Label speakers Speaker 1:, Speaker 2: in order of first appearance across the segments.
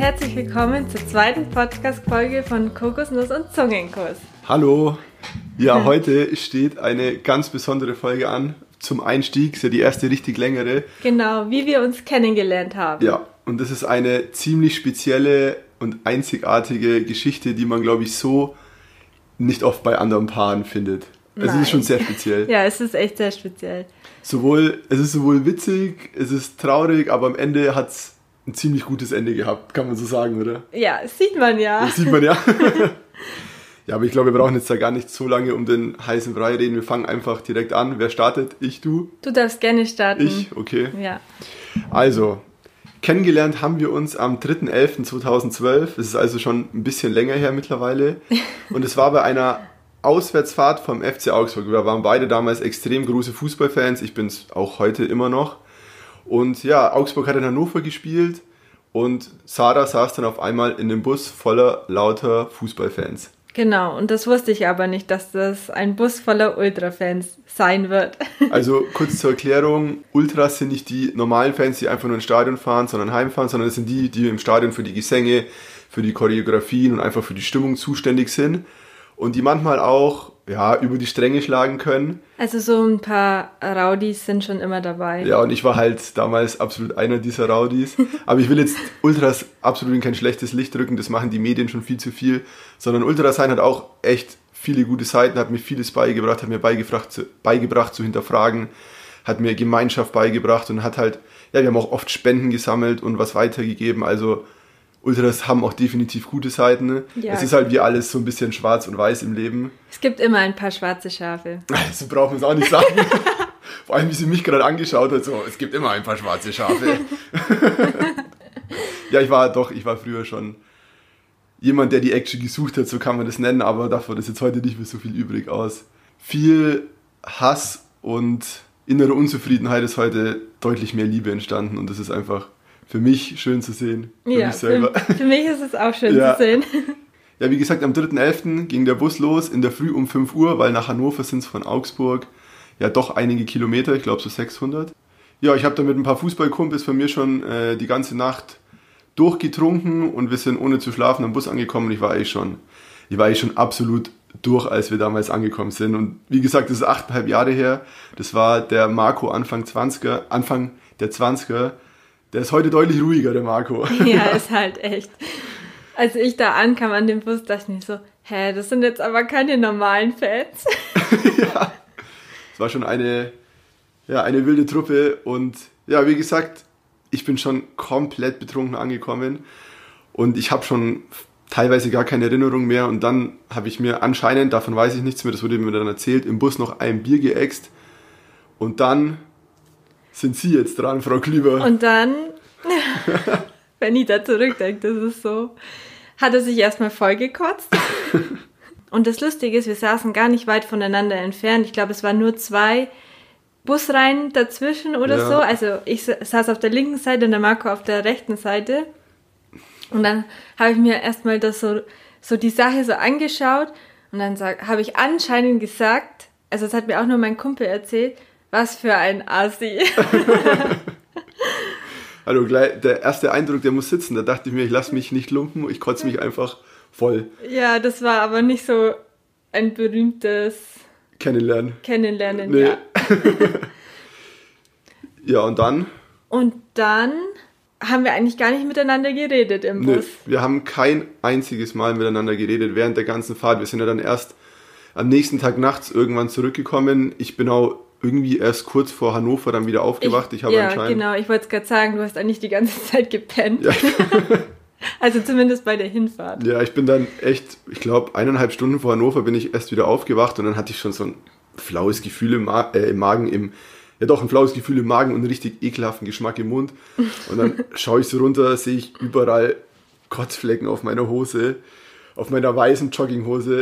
Speaker 1: herzlich willkommen zur zweiten Podcast-Folge von Kokosnuss und Zungenkuss.
Speaker 2: Hallo! Ja, heute steht eine ganz besondere Folge an. Zum Einstieg, ist ja die erste richtig längere.
Speaker 1: Genau, wie wir uns kennengelernt haben.
Speaker 2: Ja, und das ist eine ziemlich spezielle und einzigartige Geschichte, die man, glaube ich, so nicht oft bei anderen Paaren findet. Also es ist schon sehr speziell.
Speaker 1: Ja, es ist echt sehr speziell.
Speaker 2: Es ist sowohl witzig, es ist traurig, aber am Ende hat es ein ziemlich gutes Ende gehabt, kann man so sagen, oder?
Speaker 1: Ja, das sieht man ja.
Speaker 2: Das sieht man ja. Ja, aber ich glaube, wir brauchen jetzt da gar nicht so lange um den heißen Brei reden. Wir fangen einfach direkt an. Wer startet? Ich, du?
Speaker 1: Du darfst gerne starten.
Speaker 2: Ich? Okay.
Speaker 1: Ja.
Speaker 2: Also, kennengelernt haben wir uns am 3.11.2012. Das ist also schon ein bisschen länger her mittlerweile. Und es war bei einer Auswärtsfahrt vom FC Augsburg. Wir waren beide damals extrem große Fußballfans. Ich bin es auch heute immer noch. Und ja, Augsburg hat in Hannover gespielt. Und Sarah saß dann auf einmal in dem Bus voller lauter Fußballfans.
Speaker 1: Genau, und das wusste ich aber nicht, dass das ein Bus voller Ultrafans sein wird.
Speaker 2: Also kurz zur Erklärung, Ultras sind nicht die normalen Fans, die einfach nur ins Stadion fahren, sondern heimfahren, sondern das sind die, die im Stadion für die Gesänge, für die Choreografien und einfach für die Stimmung zuständig sind und die manchmal auch über die Stränge schlagen können.
Speaker 1: Also so ein paar Rowdies sind schon immer dabei.
Speaker 2: Ja, und ich war halt damals absolut einer dieser Rowdies. Aber ich will jetzt Ultras absolut in kein schlechtes Licht rücken, das machen die Medien schon viel zu viel. Sondern Ultras sein hat auch echt viele gute Seiten, hat mir vieles beigebracht, hat mir beigebracht zu hinterfragen, hat mir Gemeinschaft beigebracht und hat halt, wir haben auch oft Spenden gesammelt und was weitergegeben, also Ultras haben auch definitiv gute Seiten. Ne? Ja. Es ist halt wie alles so ein bisschen schwarz und weiß im Leben.
Speaker 1: Es gibt immer ein paar schwarze Schafe.
Speaker 2: So braucht man es auch nicht sagen. Vor allem, wie sie mich gerade angeschaut hat, so, es gibt immer ein paar schwarze Schafe. Ja, ich war früher schon jemand, der die Action gesucht hat, so kann man das nennen, aber davon ist jetzt heute nicht mehr so viel übrig aus. Viel Hass und innere Unzufriedenheit ist heute deutlich mehr Liebe entstanden und das ist einfach für mich schön zu sehen. Für mich selber.
Speaker 1: Für mich ist es auch schön zu sehen.
Speaker 2: Ja, wie gesagt, am 3.11. ging der Bus los, in der Früh um 5 Uhr, weil nach Hannover sind es von Augsburg doch einige Kilometer, ich glaube so 600. Ja, ich habe da mit ein paar Fußballkumpels von mir schon die ganze Nacht durchgetrunken und wir sind ohne zu schlafen am Bus angekommen. Ich war eigentlich schon absolut durch, als wir damals angekommen sind. Und wie gesagt, das ist 8,5 Jahre her. Das war der Marco Anfang der 20er. Der ist heute deutlich ruhiger, der Marco.
Speaker 1: Ja, ist halt echt. Als ich da ankam an dem Bus, dachte ich mir so, das sind jetzt aber keine normalen Fans.
Speaker 2: Ja, es war schon eine wilde Truppe und ja, wie gesagt, ich bin schon komplett betrunken angekommen und ich habe schon teilweise gar keine Erinnerung mehr und dann habe ich mir anscheinend, davon weiß ich nichts mehr, das wurde mir dann erzählt, im Bus noch ein Bier geäxt und dann sind Sie jetzt dran, Frau Klüber.
Speaker 1: Und dann, wenn ich da zurückdenke, das ist so, hat er sich erstmal vollgekotzt. Und das Lustige ist, wir saßen gar nicht weit voneinander entfernt. Ich glaube, es waren nur 2 Busreihen dazwischen oder so. Also ich saß auf der linken Seite und der Marco auf der rechten Seite. Und dann habe ich mir erstmal das so die Sache so angeschaut. Und dann habe ich anscheinend gesagt, also das hat mir auch nur mein Kumpel erzählt, was für ein Assi.
Speaker 2: Also gleich, der erste Eindruck, der muss sitzen. Da dachte ich mir, ich lasse mich nicht lumpen, ich kotze mich einfach voll.
Speaker 1: Ja, das war aber nicht so ein berühmtes
Speaker 2: Kennenlernen,
Speaker 1: nee. Ja.
Speaker 2: Ja, und dann?
Speaker 1: Und dann haben wir eigentlich gar nicht miteinander geredet im Bus.
Speaker 2: Wir haben kein einziges Mal miteinander geredet während der ganzen Fahrt. Wir sind ja dann erst am nächsten Tag nachts irgendwann zurückgekommen. Ich bin auch irgendwie erst kurz vor Hannover dann wieder aufgewacht.
Speaker 1: Genau, ich wollte es gerade sagen, du hast eigentlich die ganze Zeit gepennt. Ja. Also zumindest bei der Hinfahrt.
Speaker 2: Ja, ich bin dann echt, ich glaube 1,5 Stunden vor Hannover bin ich erst wieder aufgewacht und dann hatte ich schon so ein flaues Gefühl im Magen, ein flaues Gefühl im Magen und einen richtig ekelhaften Geschmack im Mund. Und dann schaue ich so runter, sehe ich überall Kotzflecken auf meiner Hose, auf meiner weißen Jogginghose.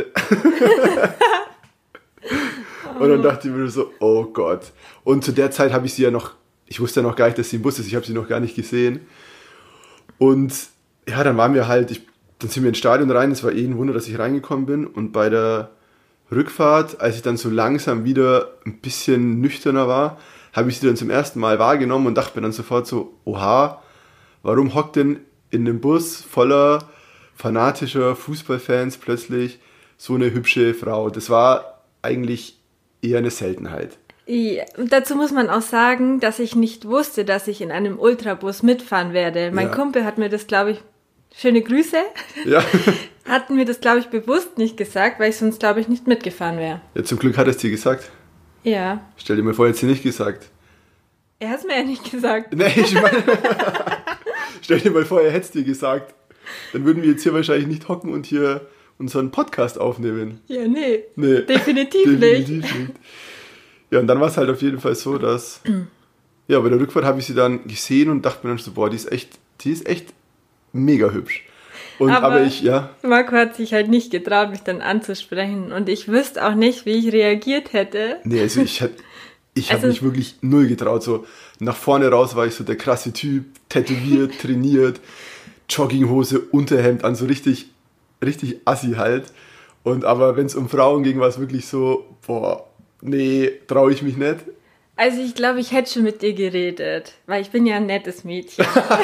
Speaker 2: Und dann dachte ich mir so, oh Gott. Und zu der Zeit habe ich sie ich wusste ja noch gar nicht, dass sie im Bus ist, ich habe sie noch gar nicht gesehen. Und ja, dann waren wir dann sind wir ins Stadion rein, es war ein Wunder, dass ich reingekommen bin. Und bei der Rückfahrt, als ich dann so langsam wieder ein bisschen nüchterner war, habe ich sie dann zum ersten Mal wahrgenommen und dachte mir dann sofort so, oha, warum hockt denn in einem Bus voller fanatischer Fußballfans plötzlich so eine hübsche Frau. Das war eigentlich eher eine Seltenheit.
Speaker 1: Ja, und dazu muss man auch sagen, dass ich nicht wusste, dass ich in einem Ultrabus mitfahren werde. Mein Kumpel hat mir das, glaube ich, schöne Grüße, hat mir das, glaube ich, bewusst nicht gesagt, weil ich sonst, glaube ich, nicht mitgefahren wäre.
Speaker 2: Ja, zum Glück hat er es dir gesagt.
Speaker 1: Ja.
Speaker 2: Stell dir mal vor, er hat es dir nicht gesagt.
Speaker 1: Er hat es mir ja nicht gesagt.
Speaker 2: Nee, ich meine, stell dir mal vor, er hätte es dir gesagt. Dann würden wir jetzt hier wahrscheinlich nicht hocken und hier unseren Podcast aufnehmen.
Speaker 1: Ja, nee. Definitiv nicht.
Speaker 2: Ja, und dann war es halt auf jeden Fall so, dass ja, bei der Rückfahrt habe ich sie dann gesehen und dachte mir dann so, boah, die ist echt mega hübsch. Und aber ich, ja.
Speaker 1: Marco hat sich halt nicht getraut, mich dann anzusprechen. Und ich wüsste auch nicht, wie ich reagiert hätte.
Speaker 2: Nee, also ich habe mich wirklich null getraut. So nach vorne raus war ich so der krasse Typ, tätowiert, trainiert, Jogginghose, Unterhemd an, so richtig assi halt. Und aber wenn es um Frauen ging, war es wirklich so, boah, nee, traue ich mich nicht.
Speaker 1: Also ich glaube, ich hätte schon mit dir geredet, weil ich bin ja ein nettes Mädchen.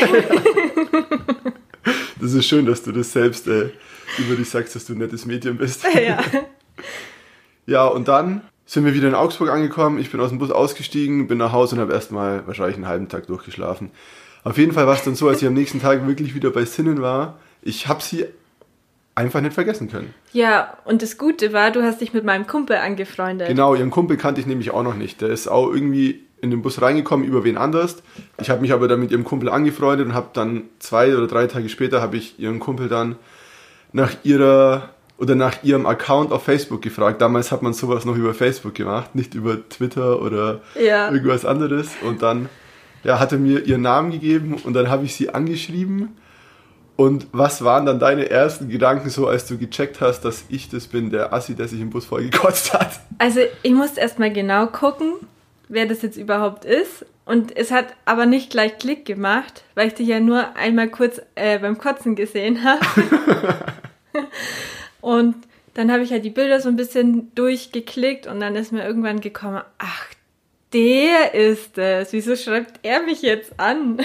Speaker 2: Das ist schön, dass du das selbst über dich sagst, dass du ein nettes Mädchen bist.
Speaker 1: Ja.
Speaker 2: Ja, und dann sind wir wieder in Augsburg angekommen. Ich bin aus dem Bus ausgestiegen, bin nach Hause und habe erstmal wahrscheinlich einen halben Tag durchgeschlafen. Auf jeden Fall war es dann so, als ich am nächsten Tag wirklich wieder bei Sinnen war, ich habe sie einfach nicht vergessen können.
Speaker 1: Ja, und das Gute war, du hast dich mit meinem Kumpel angefreundet.
Speaker 2: Genau, ihren Kumpel kannte ich nämlich auch noch nicht. Der ist auch irgendwie in den Bus reingekommen über wen anders. Ich habe mich aber dann mit ihrem Kumpel angefreundet und habe dann 2 oder 3 Tage später habe ich ihren Kumpel dann nach ihrem Account auf Facebook gefragt. Damals hat man sowas noch über Facebook gemacht, nicht über Twitter oder irgendwas anderes. Und dann hat er mir ihren Namen gegeben und dann habe ich sie angeschrieben. Und was waren dann deine ersten Gedanken so, als du gecheckt hast, dass ich das bin, der Assi, der sich im Bus vollgekotzt hat?
Speaker 1: Also ich musste erstmal genau gucken, wer das jetzt überhaupt ist. Und es hat aber nicht gleich Klick gemacht, weil ich dich ja nur einmal kurz beim Kotzen gesehen habe. Und dann habe ich halt die Bilder so ein bisschen durchgeklickt und dann ist mir irgendwann gekommen, ach, der ist es. Wieso schreibt er mich jetzt an?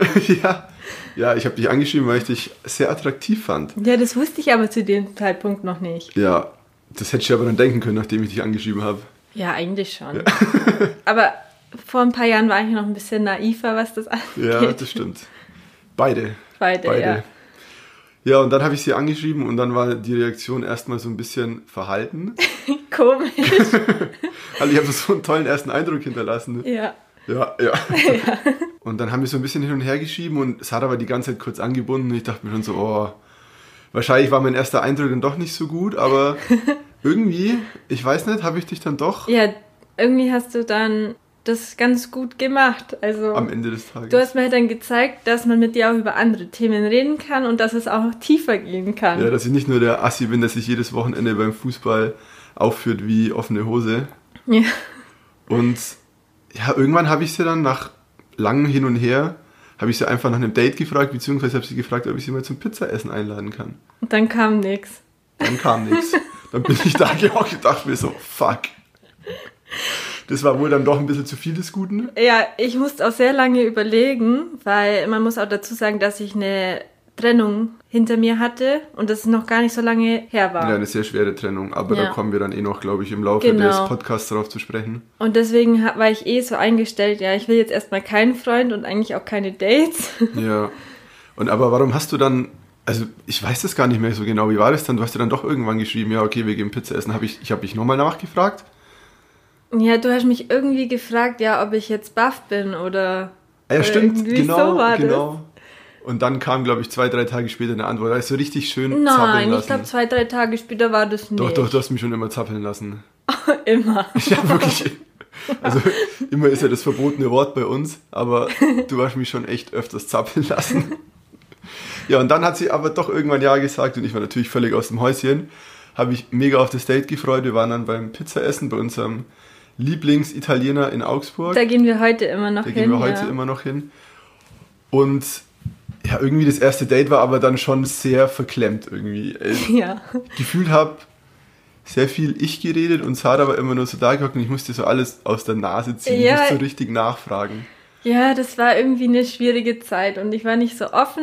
Speaker 2: Ja, ich habe dich angeschrieben, weil ich dich sehr attraktiv fand.
Speaker 1: Ja, das wusste ich aber zu dem Zeitpunkt noch nicht.
Speaker 2: Ja, das hätte ich aber dann denken können, nachdem ich dich angeschrieben habe.
Speaker 1: Ja, eigentlich schon. Ja. Aber vor ein paar Jahren war ich noch ein bisschen naiver, was das angeht.
Speaker 2: Ja, das stimmt. Beide.
Speaker 1: Ja.
Speaker 2: Ja, und dann habe ich sie angeschrieben und dann war die Reaktion erstmal so ein bisschen verhalten.
Speaker 1: Komisch.
Speaker 2: Also ich habe so einen tollen ersten Eindruck hinterlassen.
Speaker 1: Ja.
Speaker 2: Ja. Und dann haben wir so ein bisschen hin und her geschrieben und es hat aber die ganze Zeit kurz angebunden und ich dachte mir schon so, oh, wahrscheinlich war mein erster Eindruck dann doch nicht so gut, aber irgendwie, ich weiß nicht, habe ich dich dann doch...
Speaker 1: Ja, irgendwie hast du dann das ganz gut gemacht. Also
Speaker 2: am Ende des Tages.
Speaker 1: Du hast mir halt dann gezeigt, dass man mit dir auch über andere Themen reden kann und dass es auch noch tiefer gehen kann.
Speaker 2: Ja, dass ich nicht nur der Assi bin, der sich jedes Wochenende beim Fußball aufführt wie offene Hose.
Speaker 1: Ja.
Speaker 2: Und ja, irgendwann habe ich sie dann nach langem Hin und Her, habe ich sie einfach nach einem Date gefragt, beziehungsweise habe sie gefragt, ob ich sie mal zum Pizzaessen einladen kann.
Speaker 1: Und dann kam nichts.
Speaker 2: Dann bin ich da gehockt und dachte mir so, fuck. Das war wohl dann doch ein bisschen zu viel des Guten.
Speaker 1: Ja, ich musste auch sehr lange überlegen, weil man muss auch dazu sagen, dass ich eine Trennung hinter mir hatte und das noch gar nicht so lange her war.
Speaker 2: Ja, eine sehr schwere Trennung, aber da kommen wir dann noch, glaube ich, im Laufe des Podcasts darauf zu sprechen.
Speaker 1: Und deswegen war ich so eingestellt, ja, ich will jetzt erstmal keinen Freund und eigentlich auch keine Dates.
Speaker 2: Ja, und aber warum hast du dann, also ich weiß das gar nicht mehr so genau, wie war das dann? Du hast ja dann doch irgendwann geschrieben, ja, okay, wir gehen Pizza essen. Ich habe dich nochmal nachgefragt.
Speaker 1: Ja, du hast mich irgendwie gefragt, ja, ob ich jetzt baff bin oder...
Speaker 2: Ja, stimmt, genau,
Speaker 1: so war
Speaker 2: genau.
Speaker 1: Das.
Speaker 2: Und dann kam, glaube ich, 2-3 Tage später eine Antwort. Da ist so richtig schön zappeln lassen.
Speaker 1: Nein, ich glaube 2-3 Tage später war das nicht.
Speaker 2: Doch, du hast mich schon immer zappeln lassen.
Speaker 1: Immer.
Speaker 2: Ja, wirklich. Also immer ist ja das verbotene Wort bei uns, aber du hast mich schon echt öfters zappeln lassen. Ja, und dann hat sie aber doch irgendwann ja gesagt und ich war natürlich völlig aus dem Häuschen. Habe ich mega auf das Date gefreut. Wir waren dann beim Pizzaessen bei unserem Lieblingsitaliener in Augsburg.
Speaker 1: Da gehen wir heute immer noch
Speaker 2: hin. Und ja, irgendwie das erste Date war aber dann schon sehr verklemmt irgendwie.
Speaker 1: Ja.
Speaker 2: Gefühlt habe sehr viel ich geredet und Sarah war immer nur so da gehockt und ich musste so alles aus der Nase ziehen.
Speaker 1: Ja.
Speaker 2: Ich musste so richtig nachfragen.
Speaker 1: Ja, das war irgendwie eine schwierige Zeit und ich war nicht so offen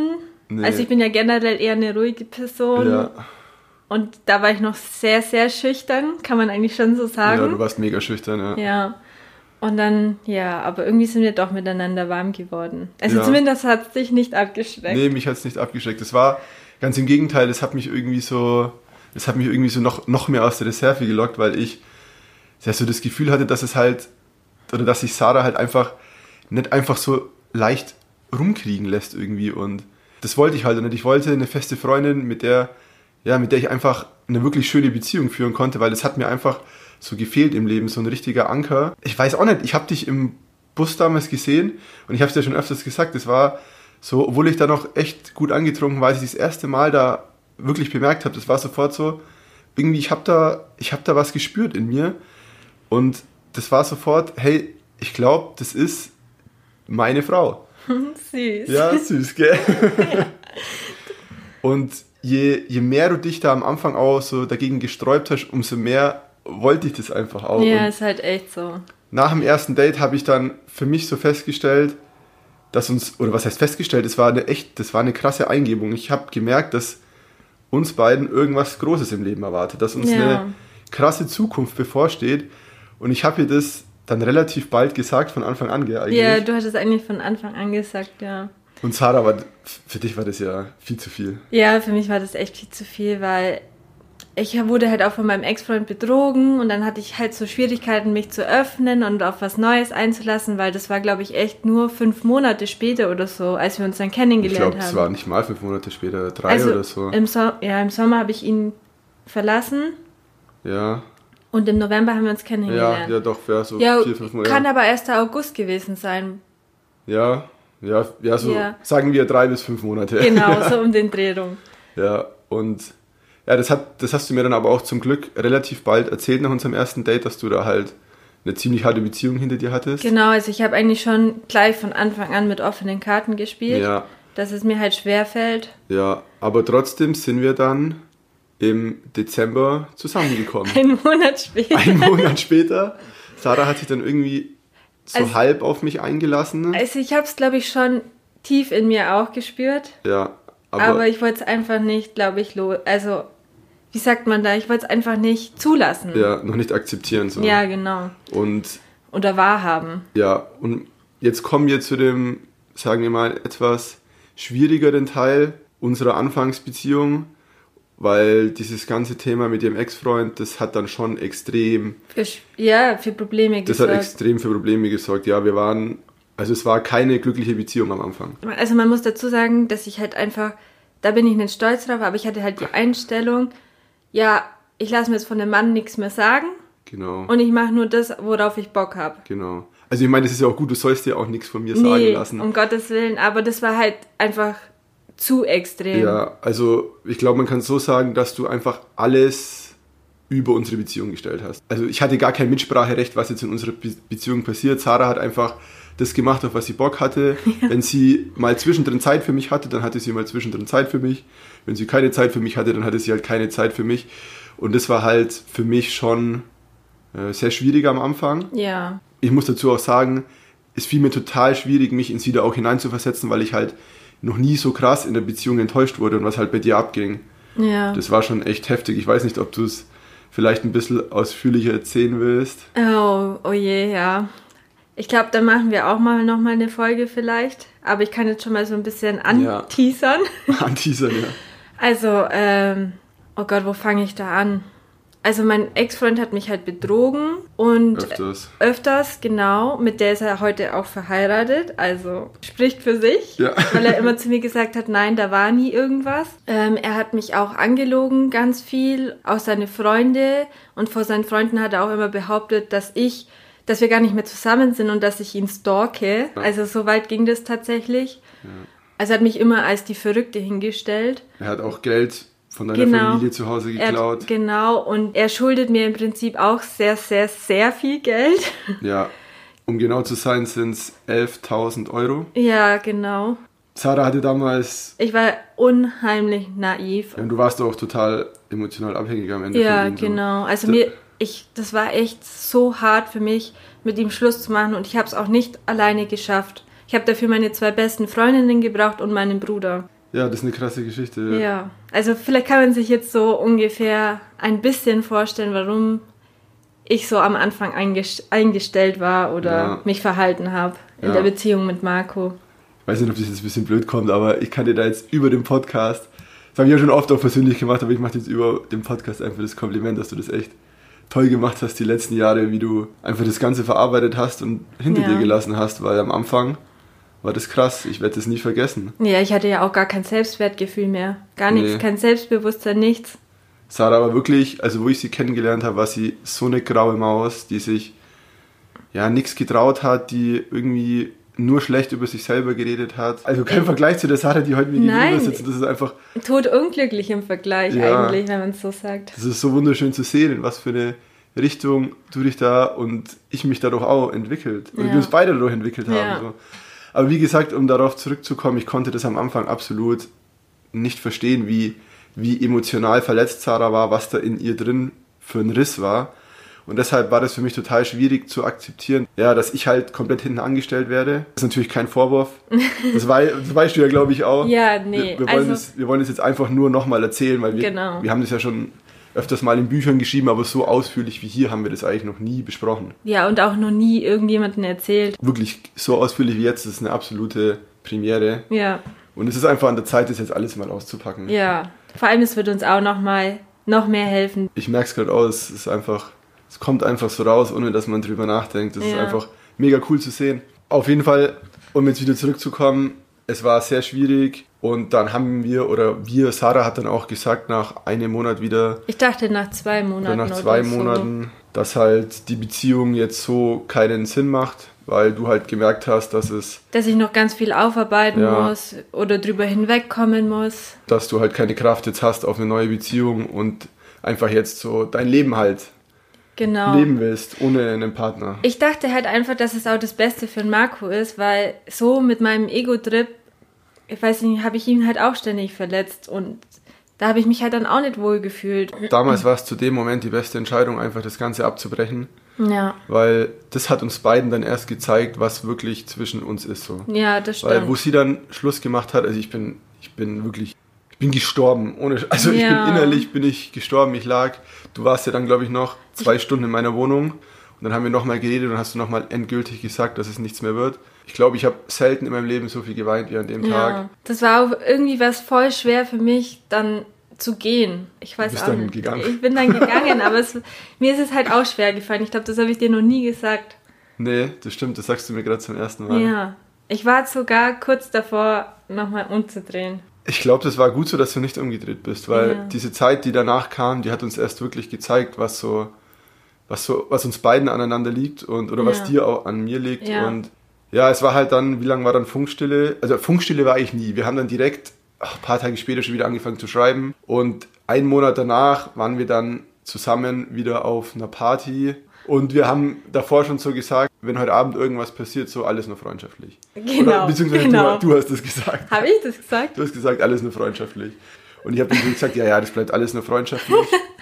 Speaker 2: Nee.
Speaker 1: Also ich bin ja generell eher eine ruhige Person.
Speaker 2: Ja.
Speaker 1: Und da war ich noch sehr, sehr schüchtern, kann man eigentlich schon so sagen.
Speaker 2: Ja, du warst mega schüchtern, ja.
Speaker 1: Ja. Und dann, ja, aber irgendwie sind wir doch miteinander warm geworden. Also
Speaker 2: Ja.
Speaker 1: zumindest hat es dich nicht abgeschreckt.
Speaker 2: Nee, mich hat es nicht abgeschreckt. Das war ganz im Gegenteil, das hat mich irgendwie so noch mehr aus der Reserve gelockt, weil ich ja, so das Gefühl hatte, dass dass sich Sarah halt einfach nicht einfach so leicht rumkriegen lässt irgendwie. Und das wollte ich halt nicht. Ich wollte eine feste Freundin, mit der ich einfach eine wirklich schöne Beziehung führen konnte, weil es hat mir einfach so gefehlt im Leben, so ein richtiger Anker. Ich weiß auch nicht, ich habe dich im Bus damals gesehen und ich habe es dir schon öfters gesagt, das war so, obwohl ich da noch echt gut angetrunken war, als ich das erste Mal da wirklich bemerkt habe, das war sofort so, irgendwie, ich hab da was gespürt in mir und das war sofort, hey, ich glaube, das ist meine Frau.
Speaker 1: Süß.
Speaker 2: Ja, süß, gell? Und je mehr du dich da am Anfang auch so dagegen gesträubt hast, umso mehr wollte ich das einfach auch.
Speaker 1: Ja,
Speaker 2: und
Speaker 1: ist halt echt so.
Speaker 2: nach dem ersten Date habe ich dann für mich so festgestellt, was heißt festgestellt, das war eine krasse Eingebung. Ich habe gemerkt, dass uns beiden irgendwas Großes im Leben erwartet, dass uns eine krasse Zukunft bevorsteht. Und ich habe ihr das dann relativ bald gesagt, von Anfang an, gell, eigentlich.
Speaker 1: Ja, du hast es eigentlich von Anfang an gesagt, ja.
Speaker 2: Und Sarah, für dich war das ja viel zu viel.
Speaker 1: Ja, für mich war das echt viel zu viel, weil ich wurde halt auch von meinem Ex-Freund betrogen und dann hatte ich halt so Schwierigkeiten, mich zu öffnen und auf was Neues einzulassen, weil das war, glaube ich, echt nur 5 Monate später oder so, als wir uns dann kennengelernt haben.
Speaker 2: Ich glaube, es war nicht mal 5 Monate später, 3 oder so.
Speaker 1: Im Sommer habe ich ihn verlassen.
Speaker 2: Ja.
Speaker 1: Und im November haben wir uns kennengelernt.
Speaker 2: Ja, doch, wäre so
Speaker 1: ja,
Speaker 2: 4, 5 Monate.
Speaker 1: Kann aber erst der August gewesen sein.
Speaker 2: Sagen wir 3 bis 5 Monate.
Speaker 1: Genau, so um den Dreh rum.
Speaker 2: Ja, und ja, das hast du mir dann aber auch zum Glück relativ bald erzählt nach unserem ersten Date, dass du da halt eine ziemlich harte Beziehung hinter dir hattest.
Speaker 1: Genau, also ich habe eigentlich schon gleich von Anfang an mit offenen Karten gespielt,
Speaker 2: ja.
Speaker 1: Dass es mir halt schwerfällt.
Speaker 2: Ja, aber trotzdem sind wir dann im Dezember zusammengekommen.
Speaker 1: Einen Monat später.
Speaker 2: Einen Monat später. Sarah hat sich dann irgendwie so halb auf mich eingelassen.
Speaker 1: Also ich habe es, glaube ich, schon tief in mir auch gespürt.
Speaker 2: Ja,
Speaker 1: aber ich wollte es einfach nicht, glaube ich, also wie sagt man da, ich wollte es einfach nicht zulassen.
Speaker 2: Ja, noch nicht akzeptieren. So.
Speaker 1: Ja, genau. Oder wahrhaben.
Speaker 2: Ja, und jetzt kommen wir zu dem, sagen wir mal, etwas schwierigeren Teil unserer Anfangsbeziehung, weil dieses ganze Thema mit ihrem Ex-Freund, das hat dann schon extrem...
Speaker 1: für Probleme gesorgt.
Speaker 2: Das hat extrem für Probleme gesorgt, ja, es war keine glückliche Beziehung am Anfang.
Speaker 1: Also man muss dazu sagen, dass ich halt einfach, da bin ich nicht stolz drauf, aber ich hatte halt die Einstellung, ja, ich lasse mir jetzt von dem Mann nichts mehr sagen.
Speaker 2: Genau.
Speaker 1: Und ich mache nur das, worauf ich Bock habe.
Speaker 2: Genau. Also ich meine, das ist ja auch gut, du sollst dir auch nichts von mir sagen lassen.
Speaker 1: Um Gottes Willen, aber das war halt einfach zu extrem.
Speaker 2: Ja, also ich glaube, man kann so sagen, dass du einfach alles über unsere Beziehung gestellt hast. Also ich hatte gar kein Mitspracherecht, was jetzt in unserer Beziehung passiert. Sarah hat einfach das gemacht, auf was sie Bock hatte. Ja. Wenn sie mal zwischendrin Zeit für mich hatte, dann hatte sie mal zwischendrin Zeit für mich. Wenn sie keine Zeit für mich hatte, dann hatte sie halt keine Zeit für mich. Und das war halt für mich schon sehr schwierig am Anfang.
Speaker 1: Ja.
Speaker 2: Ich muss dazu auch sagen, es fiel mir total schwierig, mich in sie da auch hineinzuversetzen, weil ich halt noch nie so krass in der Beziehung enttäuscht wurde und was halt bei dir abging.
Speaker 1: Ja.
Speaker 2: Das war schon echt heftig. Ich weiß nicht, ob du es vielleicht ein bisschen ausführlicher erzählen willst.
Speaker 1: Oh je, ja. Ich glaube, da machen wir auch mal nochmal eine Folge vielleicht. Aber ich kann jetzt schon mal so ein bisschen anteasern.
Speaker 2: Ja. Anteasern, ja.
Speaker 1: Also, oh Gott, wo fange ich da an? Also mein Ex-Freund hat mich halt betrogen und öfters, genau, mit der ist er heute auch verheiratet, also spricht für sich, weil er immer zu mir gesagt hat, nein, da war nie irgendwas. Er hat mich auch angelogen ganz viel, auch seine Freunde, und vor seinen Freunden hat er auch immer behauptet, dass wir gar nicht mehr zusammen sind und dass ich ihn stalke, also so weit ging das tatsächlich. Ja. Also er hat mich immer als die Verrückte hingestellt.
Speaker 2: Er hat auch Geld von deiner Familie zu Hause geklaut.
Speaker 1: Genau, und er schuldet mir im Prinzip auch sehr, sehr, sehr viel Geld.
Speaker 2: Ja, um genau zu sein, sind es 11.000 Euro.
Speaker 1: Ja, genau.
Speaker 2: Sarah hatte damals...
Speaker 1: Ich war unheimlich naiv.
Speaker 2: Ja, und du warst auch total emotional abhängig am Ende von ihm.
Speaker 1: Ja, genau. Also das war echt so hart für mich, mit ihm Schluss zu machen, und ich habe es auch nicht alleine geschafft. Ich habe dafür meine 2 besten Freundinnen gebraucht und meinen Bruder.
Speaker 2: Ja, das ist eine krasse Geschichte.
Speaker 1: Ja, also vielleicht kann man sich jetzt so ungefähr ein bisschen vorstellen, warum ich so am Anfang eingestellt war oder mich verhalten habe in der Beziehung mit Marco.
Speaker 2: Ich weiß nicht, ob das jetzt ein bisschen blöd kommt, aber ich kann dir da jetzt über den Podcast, das habe ich ja schon oft auch persönlich gemacht, aber ich mache jetzt über den Podcast einfach das Kompliment, dass du das echt toll gemacht hast die letzten Jahre, wie du einfach das Ganze verarbeitet hast und hinter dir gelassen hast, weil am Anfang war das krass, ich werde das nie vergessen.
Speaker 1: Ja, ich hatte ja auch gar kein Selbstwertgefühl mehr, gar nichts, kein Selbstbewusstsein, nichts.
Speaker 2: Sarah war wirklich, also wo ich sie kennengelernt habe, war sie so eine graue Maus, die sich nichts getraut hat, die irgendwie nur schlecht über sich selber geredet hat. Also kein Vergleich zu der Sarah, die heute mir gegenüber sitzt. Das ist einfach
Speaker 1: todunglücklich im Vergleich eigentlich, wenn man es so sagt.
Speaker 2: Das ist so wunderschön zu sehen, in was für eine Richtung du dich da und ich mich dadurch auch entwickelt. Oder wir uns beide dadurch entwickelt haben. So. Aber wie gesagt, um darauf zurückzukommen, ich konnte das am Anfang absolut nicht verstehen, wie emotional verletzt Sarah war, was da in ihr drin für ein Riss war. Und deshalb war das für mich total schwierig zu akzeptieren, dass ich halt komplett hinten angestellt werde. Das ist natürlich kein Vorwurf. Das weißt du ja, glaube ich, auch.
Speaker 1: Ja, nee.
Speaker 2: Wir wollen das jetzt einfach nur nochmal erzählen, weil wir haben das ja schon öfters mal in Büchern geschrieben, aber so ausführlich wie hier haben wir das eigentlich noch nie besprochen.
Speaker 1: Ja, und auch noch nie irgendjemandem erzählt.
Speaker 2: Wirklich so ausführlich wie jetzt, das ist eine absolute Premiere.
Speaker 1: Ja.
Speaker 2: Und es ist einfach an der Zeit, das jetzt alles mal auszupacken.
Speaker 1: Ja, vor allem, es wird uns auch noch mehr helfen.
Speaker 2: Ich merke es gerade auch, es kommt einfach so raus, ohne dass man drüber nachdenkt. Das ist einfach mega cool zu sehen. Auf jeden Fall, um jetzt wieder zurückzukommen, es war sehr schwierig und dann haben Sarah hat dann auch gesagt, nach einem Monat wieder...
Speaker 1: Ich dachte nach 2 Monaten
Speaker 2: oder 2 Monaten, dass halt die Beziehung jetzt so keinen Sinn macht, weil du halt gemerkt hast, dass
Speaker 1: ich noch ganz viel aufarbeiten muss oder drüber hinwegkommen muss.
Speaker 2: Dass du halt keine Kraft jetzt hast auf eine neue Beziehung und einfach jetzt so dein Leben halt leben willst, ohne einen Partner.
Speaker 1: Ich dachte halt einfach, dass es auch das Beste für den Marco ist, weil so mit meinem Ego-Trip, ich weiß nicht, habe ich ihn halt auch ständig verletzt und da habe ich mich halt dann auch nicht wohl gefühlt.
Speaker 2: Damals war es zu dem Moment die beste Entscheidung, einfach das Ganze abzubrechen.
Speaker 1: Ja.
Speaker 2: Weil das hat uns beiden dann erst gezeigt, was wirklich zwischen uns ist. So.
Speaker 1: Ja, das stimmt.
Speaker 2: Weil wo sie dann Schluss gemacht hat, also ich bin gestorben. Innerlich bin ich gestorben. Du warst ja dann, glaube ich, noch 2 Stunden in meiner Wohnung und dann haben wir nochmal geredet und hast du nochmal endgültig gesagt, dass es nichts mehr wird. Ich glaube, ich habe selten in meinem Leben so viel geweint wie an dem Tag.
Speaker 1: Das war auch irgendwie was voll schwer für mich, dann zu gehen. Ich weiß auch nicht.
Speaker 2: Gegangen.
Speaker 1: Ich bin dann gegangen, aber mir ist es halt auch schwer gefallen. Ich glaube, das habe ich dir noch nie gesagt.
Speaker 2: Nee, das stimmt, das sagst du mir gerade zum ersten Mal.
Speaker 1: Ja, ich war sogar kurz davor, nochmal umzudrehen.
Speaker 2: Ich glaube, das war gut so, dass du nicht umgedreht bist, weil diese Zeit, die danach kam, die hat uns erst wirklich gezeigt, was uns beiden aneinander liegt oder was dir auch an mir liegt.
Speaker 1: Ja.
Speaker 2: Und ja, es war halt dann, wie lange war dann Funkstille? Also Funkstille war ich nie. Wir haben dann direkt ein paar Tage später schon wieder angefangen zu schreiben und 1 Monat danach waren wir dann zusammen wieder auf einer Party. Und wir haben davor schon so gesagt, wenn heute Abend irgendwas passiert, so alles nur freundschaftlich.
Speaker 1: Genau.
Speaker 2: Beziehungsweise du hast das gesagt.
Speaker 1: Habe ich das gesagt?
Speaker 2: Du hast gesagt, alles nur freundschaftlich. Und ich habe dann so gesagt, ja, das bleibt alles nur freundschaftlich.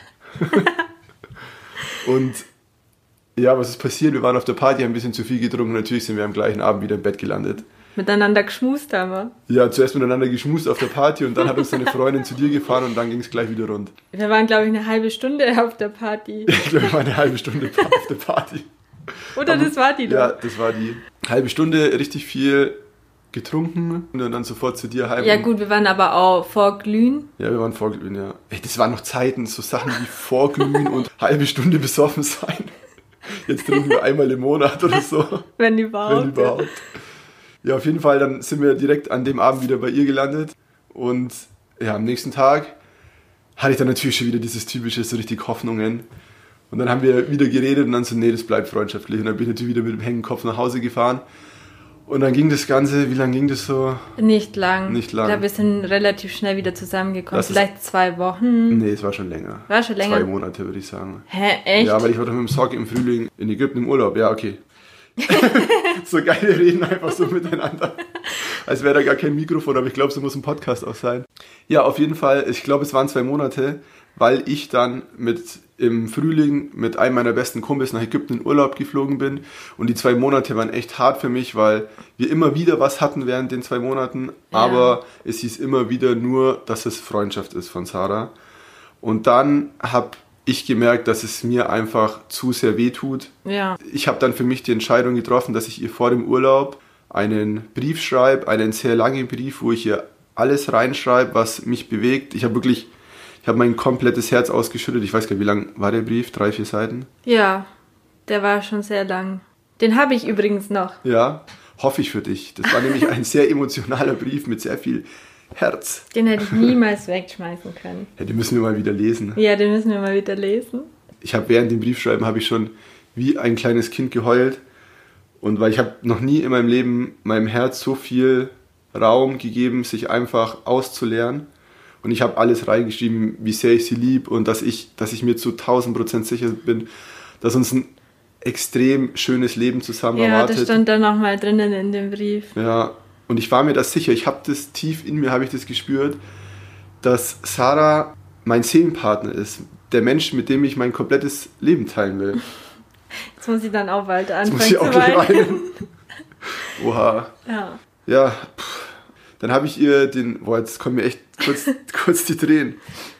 Speaker 2: Und ja, was ist passiert? Wir waren auf der Party, haben ein bisschen zu viel getrunken. Natürlich sind wir am gleichen Abend wieder im Bett gelandet.
Speaker 1: Miteinander geschmust haben wir.
Speaker 2: Ja, zuerst miteinander geschmust auf der Party und dann hat uns eine Freundin zu dir gefahren und dann ging es gleich wieder rund.
Speaker 1: Wir waren, glaube ich, eine halbe Stunde auf der Party.
Speaker 2: Ich glaube, wir waren eine halbe Stunde auf der Party.
Speaker 1: Oder das war die doch.
Speaker 2: Ja, das war die halbe Stunde, richtig viel getrunken und dann sofort zu dir heim.
Speaker 1: Ja gut, wir waren aber auch vorglühen.
Speaker 2: Ja, wir waren vorglühen, ja. Ey, das waren noch Zeiten, so Sachen wie vorglühen und halbe Stunde besoffen sein. Jetzt trinken wir einmal im Monat oder so.
Speaker 1: Wenn überhaupt.
Speaker 2: Ja, auf jeden Fall, dann sind wir direkt an dem Abend wieder bei ihr gelandet und ja, am nächsten Tag hatte ich dann natürlich schon wieder dieses typische, so richtig Hoffnungen und dann haben wir wieder geredet und dann so, nee, das bleibt freundschaftlich und dann bin ich natürlich wieder mit dem hängenden Kopf nach Hause gefahren und dann ging das Ganze, wie lange ging das so?
Speaker 1: Nicht lang. Ich glaube, wir sind relativ schnell wieder zusammengekommen, vielleicht 2 Wochen.
Speaker 2: Nee, es war schon länger. 2 Monate, würde ich sagen.
Speaker 1: Hä, echt?
Speaker 2: Ja, weil ich war doch mit dem Sock im Frühling in Ägypten im Urlaub, ja, okay. So geil, wir reden einfach so miteinander. Als wäre da gar kein Mikrofon, aber ich glaube, so muss ein Podcast auch sein. Ja, auf jeden Fall, ich glaube, es waren 2 Monate. weil ich dann im Frühling mit einem meiner besten Kumpels nach Ägypten in Urlaub geflogen bin. Und die 2 Monate waren echt hart für mich, weil wir immer wieder was hatten während den 2 Monaten. Ja. Aber es hieß immer wieder nur, dass es Freundschaft ist von Sarah. Und dann habe ich gemerkt, dass es mir einfach zu sehr wehtut. Ja. Ich habe dann für mich die Entscheidung getroffen, dass ich ihr vor dem Urlaub einen Brief schreibe, einen sehr langen Brief, wo ich ihr alles reinschreibe, was mich bewegt. Ich habe mein komplettes Herz ausgeschüttet. Ich weiß gar nicht, wie lang war der Brief? 3-4 Seiten?
Speaker 1: Ja, der war schon sehr lang. Den habe ich übrigens noch.
Speaker 2: Ja, hoffe ich für dich. Das war nämlich ein sehr emotionaler Brief mit sehr viel Herz.
Speaker 1: Den hätte ich niemals wegschmeißen können.
Speaker 2: Ja, den müssen wir mal wieder lesen.
Speaker 1: Ja, den müssen wir mal wieder lesen.
Speaker 2: Ich habe während dem Briefschreiben habe ich schon wie ein kleines Kind geheult. Und weil ich habe noch nie in meinem Leben meinem Herz so viel Raum gegeben, sich einfach auszuleeren. Und ich habe alles reingeschrieben, wie sehr ich sie lieb und dass ich mir zu 1000% sicher bin, dass uns ein extrem schönes Leben zusammen erwartet.
Speaker 1: Ja, das stand dann nochmal drinnen in dem Brief.
Speaker 2: Ja, und ich war mir das sicher. Ich habe das tief in mir, habe ich das gespürt, dass Sarah mein Seelenpartner ist. Der Mensch, mit dem ich mein komplettes Leben teilen will.
Speaker 1: Jetzt muss ich dann auch bald anfangen zu weinen.
Speaker 2: Oha.
Speaker 1: Ja.
Speaker 2: Ja, dann habe ich ihr jetzt kommen mir echt kurz die Tränen.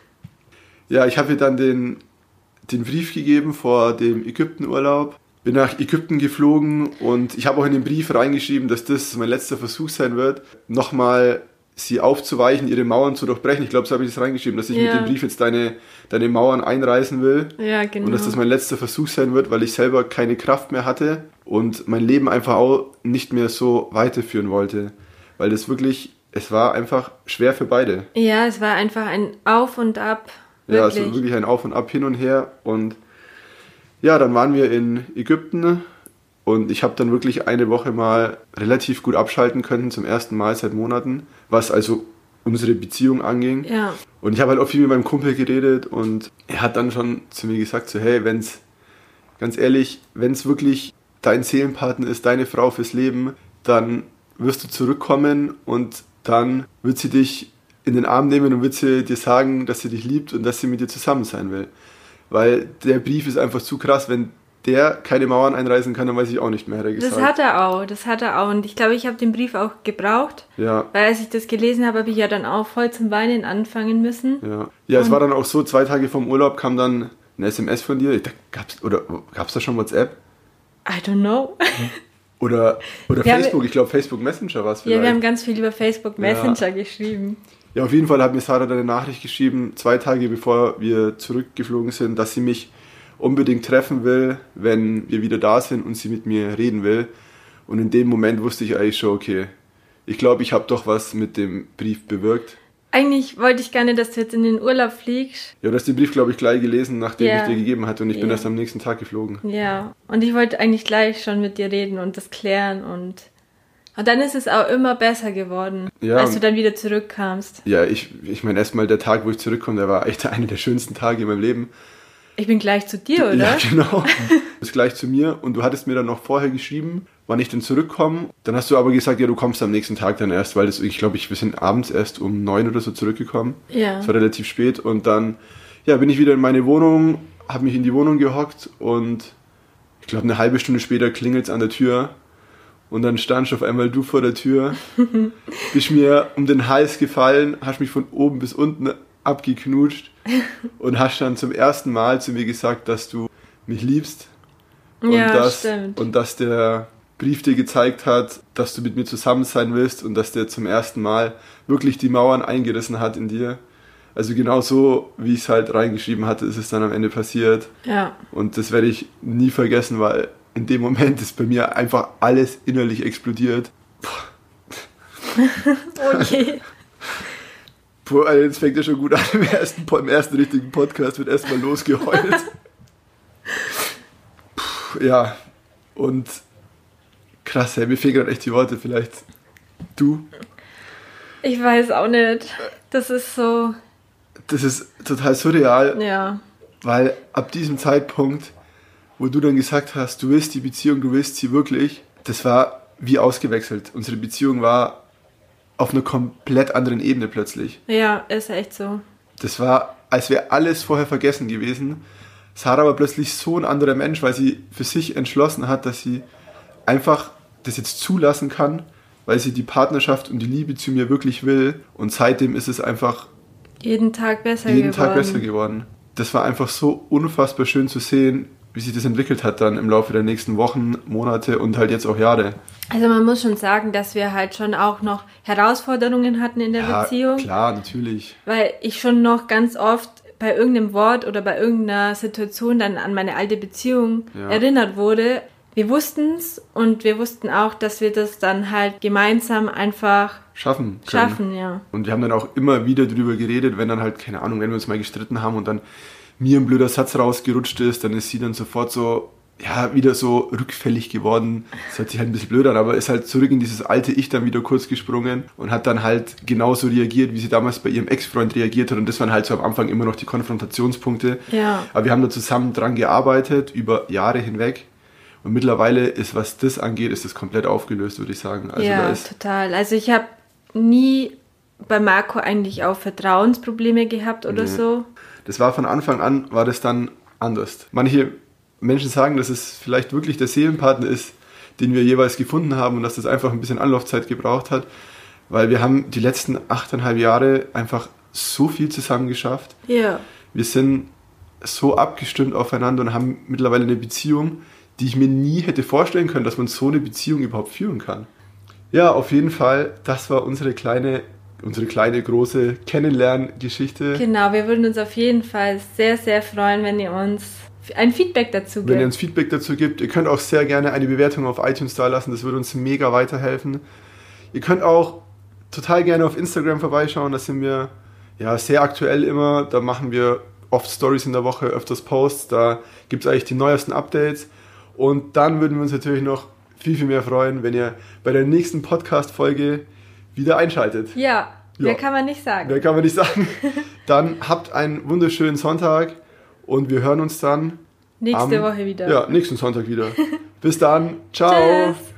Speaker 2: Ja, ich habe ihr dann den Brief gegeben vor dem Ägyptenurlaub. Bin nach Ägypten geflogen und ich habe auch in den Brief reingeschrieben, dass das mein letzter Versuch sein wird, nochmal sie aufzuweichen, ihre Mauern zu durchbrechen. Ich glaube, so habe ich das reingeschrieben, dass ich mit dem Brief jetzt deine Mauern einreißen will.
Speaker 1: Ja, genau.
Speaker 2: Und dass das mein letzter Versuch sein wird, weil ich selber keine Kraft mehr hatte und mein Leben einfach auch nicht mehr so weiterführen wollte. Weil das wirklich, es war einfach schwer für beide.
Speaker 1: Ja, es war einfach ein Auf und Ab.
Speaker 2: Wirklich. Ja, also wirklich ein Auf und Ab, hin und her. Und ja, dann waren wir in Ägypten und ich habe dann wirklich eine Woche mal relativ gut abschalten können, zum ersten Mal seit Monaten, was also unsere Beziehung anging.
Speaker 1: Ja.
Speaker 2: Und ich habe halt auch viel mit meinem Kumpel geredet und er hat dann schon zu mir gesagt, so hey, ganz ehrlich, wenn es wirklich dein Seelenpartner ist, deine Frau fürs Leben, dann wirst du zurückkommen und dann wird sie dich in den Arm nehmen und wird sie dir sagen, dass sie dich liebt und dass sie mit dir zusammen sein will. Weil der Brief ist einfach zu krass, wenn der keine Mauern einreißen kann, dann weiß ich auch nicht mehr, hat er gesagt.
Speaker 1: Das hat er auch. Und ich glaube, ich habe den Brief auch gebraucht. Ja. Weil als ich das gelesen habe, habe ich ja dann auch voll zum Weinen anfangen müssen.
Speaker 2: Ja, es war dann auch so, 2 Tage vorm Urlaub kam dann eine SMS von dir. Gab's da schon WhatsApp?
Speaker 1: I don't know.
Speaker 2: Oder Facebook, ich glaube Facebook Messenger war es vielleicht.
Speaker 1: Ja, wir haben ganz viel über Facebook Messenger geschrieben.
Speaker 2: Ja, auf jeden Fall hat mir Sarah dann eine Nachricht geschrieben, 2 Tage bevor wir zurückgeflogen sind, dass sie mich unbedingt treffen will, wenn wir wieder da sind und sie mit mir reden will. Und in dem Moment wusste ich eigentlich schon, okay, ich glaube, ich habe doch was mit dem Brief bewirkt.
Speaker 1: Eigentlich wollte ich gerne, dass du jetzt in den Urlaub fliegst.
Speaker 2: Ja, du hast den Brief, glaube ich, gleich gelesen, nachdem ich dir gegeben hatte und ich bin erst am nächsten Tag geflogen.
Speaker 1: Ja, und ich wollte eigentlich gleich schon mit dir reden und das klären und dann ist es auch immer besser geworden, als du dann wieder zurückkamst.
Speaker 2: Ja, ich meine erstmal der Tag, wo ich zurückkomme, der war echt einer der schönsten Tage in meinem Leben.
Speaker 1: Ich bin gleich zu dir, oder?
Speaker 2: Ja, genau. Du bist gleich zu mir und du hattest mir dann noch vorher geschrieben, wann ich denn zurückkomme. Dann hast du aber gesagt, ja, du kommst am nächsten Tag dann erst, weil wir sind abends erst um 9 oder so zurückgekommen. Ja. Es war relativ spät und dann bin ich wieder in meine Wohnung, habe mich in die Wohnung gehockt und ich glaube, eine halbe Stunde später klingelt es an der Tür und dann standst auf einmal du vor der Tür, bist mir um den Hals gefallen, hast mich von oben bis unten abgeknutscht und hast dann zum ersten Mal zu mir gesagt, dass du mich liebst und dass der Brief dir gezeigt hat, dass du mit mir zusammen sein willst und dass der zum ersten Mal wirklich die Mauern eingerissen hat in dir. Also genau so, wie ich es halt reingeschrieben hatte, ist es dann am Ende passiert. Ja. Und das werde ich nie vergessen, weil in dem Moment ist bei mir einfach alles innerlich explodiert.
Speaker 1: Okay.
Speaker 2: Boah, jetzt fängt er schon gut an. Im ersten richtigen Podcast wird erstmal losgeheult. Ja, und krass, mir fehlen gerade echt die Worte. Vielleicht du?
Speaker 1: Ich weiß auch nicht. Das ist so...
Speaker 2: Das ist total surreal.
Speaker 1: Ja.
Speaker 2: Weil ab diesem Zeitpunkt, wo du dann gesagt hast, du willst die Beziehung, du willst sie wirklich, das war wie ausgewechselt. Unsere Beziehung war auf einer komplett anderen Ebene plötzlich.
Speaker 1: Ja, ist echt so.
Speaker 2: Das war als wäre alles vorher vergessen gewesen. Sarah aber plötzlich so ein anderer Mensch, weil sie für sich entschlossen hat, dass sie einfach das jetzt zulassen kann, weil sie die Partnerschaft und die Liebe zu mir wirklich will. Und seitdem ist es einfach
Speaker 1: jeden Tag besser
Speaker 2: geworden. Das war einfach so unfassbar schön zu sehen, wie sich das entwickelt hat dann im Laufe der nächsten Wochen, Monate und halt jetzt auch Jahre.
Speaker 1: Also man muss schon sagen, dass wir halt schon auch noch Herausforderungen hatten in der Beziehung.
Speaker 2: Klar, natürlich.
Speaker 1: Weil ich schon noch ganz oft bei irgendeinem Wort oder bei irgendeiner Situation dann an meine alte Beziehung erinnert wurde. Wir wussten es und wir wussten auch, dass wir das dann halt gemeinsam einfach
Speaker 2: schaffen können.
Speaker 1: Ja.
Speaker 2: Und wir haben dann auch immer wieder drüber geredet, wenn dann halt, keine Ahnung, wenn wir uns mal gestritten haben und dann mir ein blöder Satz rausgerutscht ist, dann ist sie dann sofort so, wieder so rückfällig geworden. Das hört sich halt ein bisschen blöd an, aber ist halt zurück in dieses alte Ich dann wieder kurz gesprungen und hat dann halt genauso reagiert, wie sie damals bei ihrem Ex-Freund reagiert hat. Und das waren halt so am Anfang immer noch die Konfrontationspunkte.
Speaker 1: Ja.
Speaker 2: Aber wir haben da zusammen dran gearbeitet, über Jahre hinweg. Und mittlerweile ist, was das angeht, ist das komplett aufgelöst, würde ich sagen. Also
Speaker 1: ja, total. Also ich habe nie bei Marco eigentlich auch Vertrauensprobleme gehabt oder so.
Speaker 2: Das war von Anfang an, war das dann anders. Manche Menschen sagen, dass es vielleicht wirklich der Seelenpartner ist, den wir jeweils gefunden haben und dass das einfach ein bisschen Anlaufzeit gebraucht hat, weil wir haben die letzten 8,5 Jahre einfach so viel zusammen geschafft.
Speaker 1: Ja.
Speaker 2: Wir sind so abgestimmt aufeinander und haben mittlerweile eine Beziehung, die ich mir nie hätte vorstellen können, dass man so eine Beziehung überhaupt führen kann. Ja, auf jeden Fall, das war unsere kleine, große Kennenlerngeschichte.
Speaker 1: Genau, wir würden uns auf jeden Fall sehr, sehr freuen, wenn ihr uns ein Feedback dazu gibt.
Speaker 2: Wenn ihr uns Feedback dazu gibt, ihr könnt auch sehr gerne eine Bewertung auf iTunes da lassen, das würde uns mega weiterhelfen. Ihr könnt auch total gerne auf Instagram vorbeischauen, da sind wir sehr aktuell immer, da machen wir oft Stories in der Woche, öfters Posts, da gibt es eigentlich die neuesten Updates. Und dann würden wir uns natürlich noch viel, viel mehr freuen, wenn ihr bei der nächsten Podcast-Folge wieder einschaltet.
Speaker 1: Ja, mehr kann man nicht sagen.
Speaker 2: Mehr kann man nicht sagen. Dann habt einen wunderschönen Sonntag und wir hören uns dann
Speaker 1: nächste Woche wieder.
Speaker 2: Ja, nächsten Sonntag wieder. Bis dann. Ciao.
Speaker 1: Tschüss.